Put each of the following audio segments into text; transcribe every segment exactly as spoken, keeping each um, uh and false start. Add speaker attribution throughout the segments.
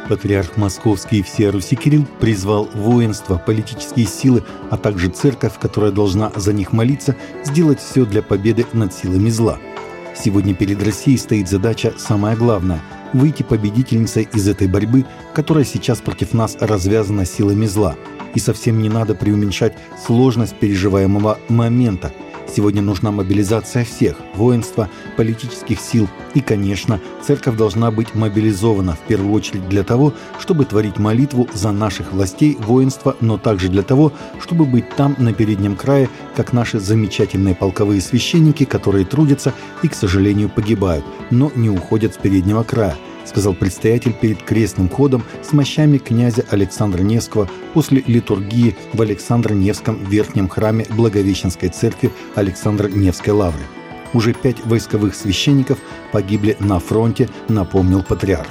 Speaker 1: Патриарх Московский и всея Руси Кирилл призвал воинство, политические силы, а также церковь, которая должна за них молиться, сделать все для победы над силами зла. Сегодня перед Россией стоит задача самая главная – выйти победительницей из этой борьбы, которая сейчас против нас развязана силами зла. И совсем не надо преуменьшать сложность переживаемого момента. Сегодня нужна мобилизация всех – воинства, политических сил. И, конечно, церковь должна быть мобилизована в первую очередь для того, чтобы творить молитву за наших властей, воинства, но также для того, чтобы быть там, на переднем крае, как наши замечательные полковые священники, которые трудятся и, к сожалению, погибают, но не уходят с переднего края, сказал предстоятель перед крестным ходом с мощами князя Александра Невского после литургии в Александро-Невском верхнем храме Благовещенской церкви Александро-Невской лавры. Уже пять войсковых священников погибли на фронте, напомнил патриарх.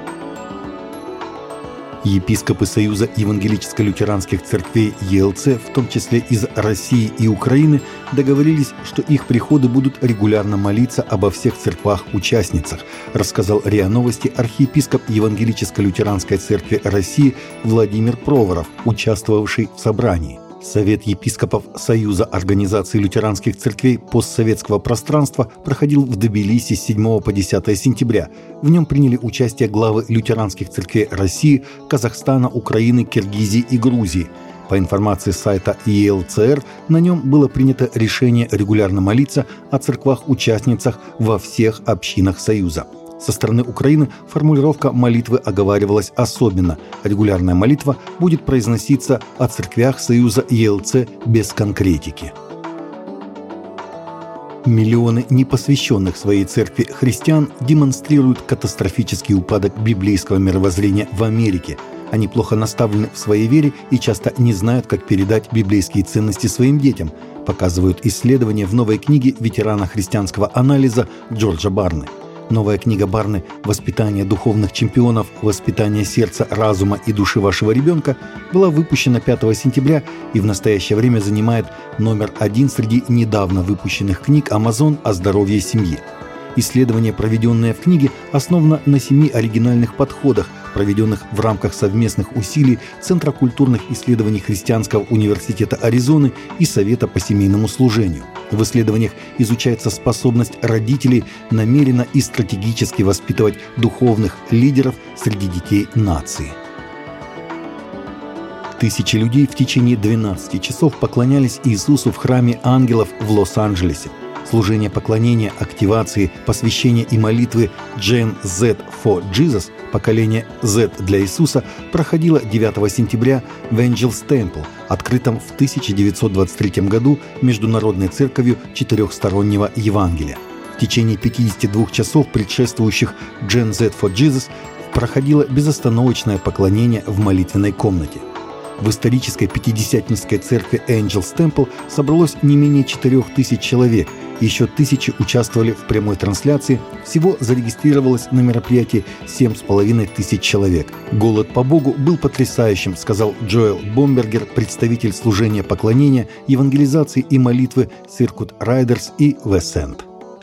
Speaker 1: Епископы Союза евангелическо-лютеранских церквей Е Л Ц, в том числе из России и Украины, договорились, что их приходы будут регулярно молиться обо всех церквах-участницах, рассказал РИА Новости архиепископ Евангелическо-лютеранской церкви России Владимир Проворов, участвовавший в собрании. Совет епископов Союза организаций лютеранских церквей постсоветского пространства проходил в Тбилиси с седьмого по десятое сентября. В нем приняли участие главы лютеранских церквей России, Казахстана, Украины, Киргизии и Грузии. По информации сайта Е Л Ц Р, на нем было принято решение регулярно молиться о церквах-участницах во всех общинах Союза. Со стороны Украины формулировка молитвы оговаривалась особенно. Регулярная молитва будет произноситься о церквях Союза Е Л Ц без конкретики. Миллионы непосвященных своей церкви христиан демонстрируют катастрофический упадок библейского мировоззрения в Америке. Они плохо наставлены в своей вере и часто не знают, как передать библейские ценности своим детям, показывают исследования в новой книге ветерана христианского анализа Джорджа Барны. Новая книга Барны «Воспитание духовных чемпионов. Воспитание сердца, разума и души вашего ребенка» была выпущена пятого сентября и в настоящее время занимает номер один среди недавно выпущенных книг Amazon о здоровье семьи. Исследование, проведенное в книге, основано на семи оригинальных подходах, проведенных в рамках совместных усилий Центра культурных исследований Христианского университета Аризоны и Совета по семейному служению. В исследованиях изучается способность родителей намеренно и стратегически воспитывать духовных лидеров среди детей нации. Тысячи людей в течение двенадцати часов поклонялись Иисусу в храме ангелов в Лос-Анджелесе. Служение поклонения, активации, посвящения и молитвы Gen Z for Jesus, поколение Z для Иисуса, проходило девятого сентября в Angels Temple, открытом в тысяча девятьсот двадцать третьем году Международной церковью четырехстороннего Евангелия. В течение пятидесяти двух часов, предшествующих Gen Z for Jesus, проходило безостановочное поклонение в молитвенной комнате. В исторической пятидесятнической церкви Angels Temple собралось не менее четырех тысяч человек. Еще тысячи участвовали в прямой трансляции. Всего зарегистрировалось на мероприятии семь с половиной тысяч человек. «Голод по Богу был потрясающим», сказал Джоэл Бомбергер, представитель служения поклонения, евангелизации и молитвы Circuit Riders и West End.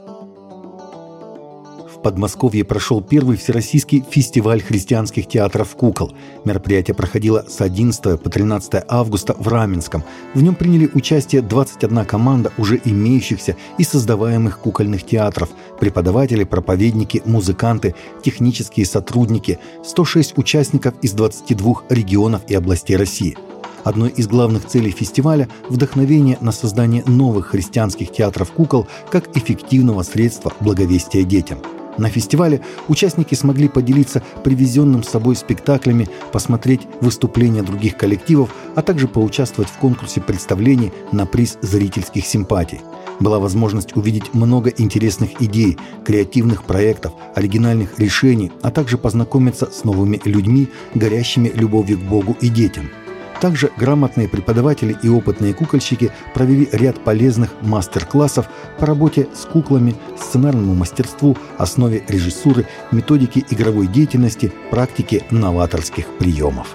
Speaker 1: В Подмосковье прошел первый всероссийский фестиваль христианских театров кукол. Мероприятие проходило с одиннадцатого по тринадцатое августа в Раменском. В нем приняли участие двадцать одна команда уже имеющихся и создаваемых кукольных театров, преподаватели, проповедники, музыканты, технические сотрудники, сто шесть участников из двадцати двух регионов и областей России. Одной из главных целей фестиваля – вдохновение на создание новых христианских театров кукол как эффективного средства благовестия детям. На фестивале участники смогли поделиться привезенным с собой спектаклями, посмотреть выступления других коллективов, а также поучаствовать в конкурсе представлений на приз зрительских симпатий. Была возможность увидеть много интересных идей, креативных проектов, оригинальных решений, а также познакомиться с новыми людьми, горящими любовью к Богу и детям. Также грамотные преподаватели и опытные кукольщики провели ряд полезных мастер-классов по работе с куклами, сценарному мастерству, основе режиссуры, методике игровой деятельности, практике новаторских приемов.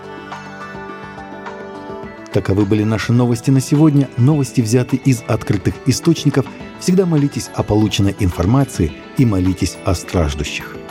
Speaker 1: Таковы были наши новости на сегодня. Новости взяты из открытых источников. Всегда молитесь о полученной информации и молитесь о страждущих.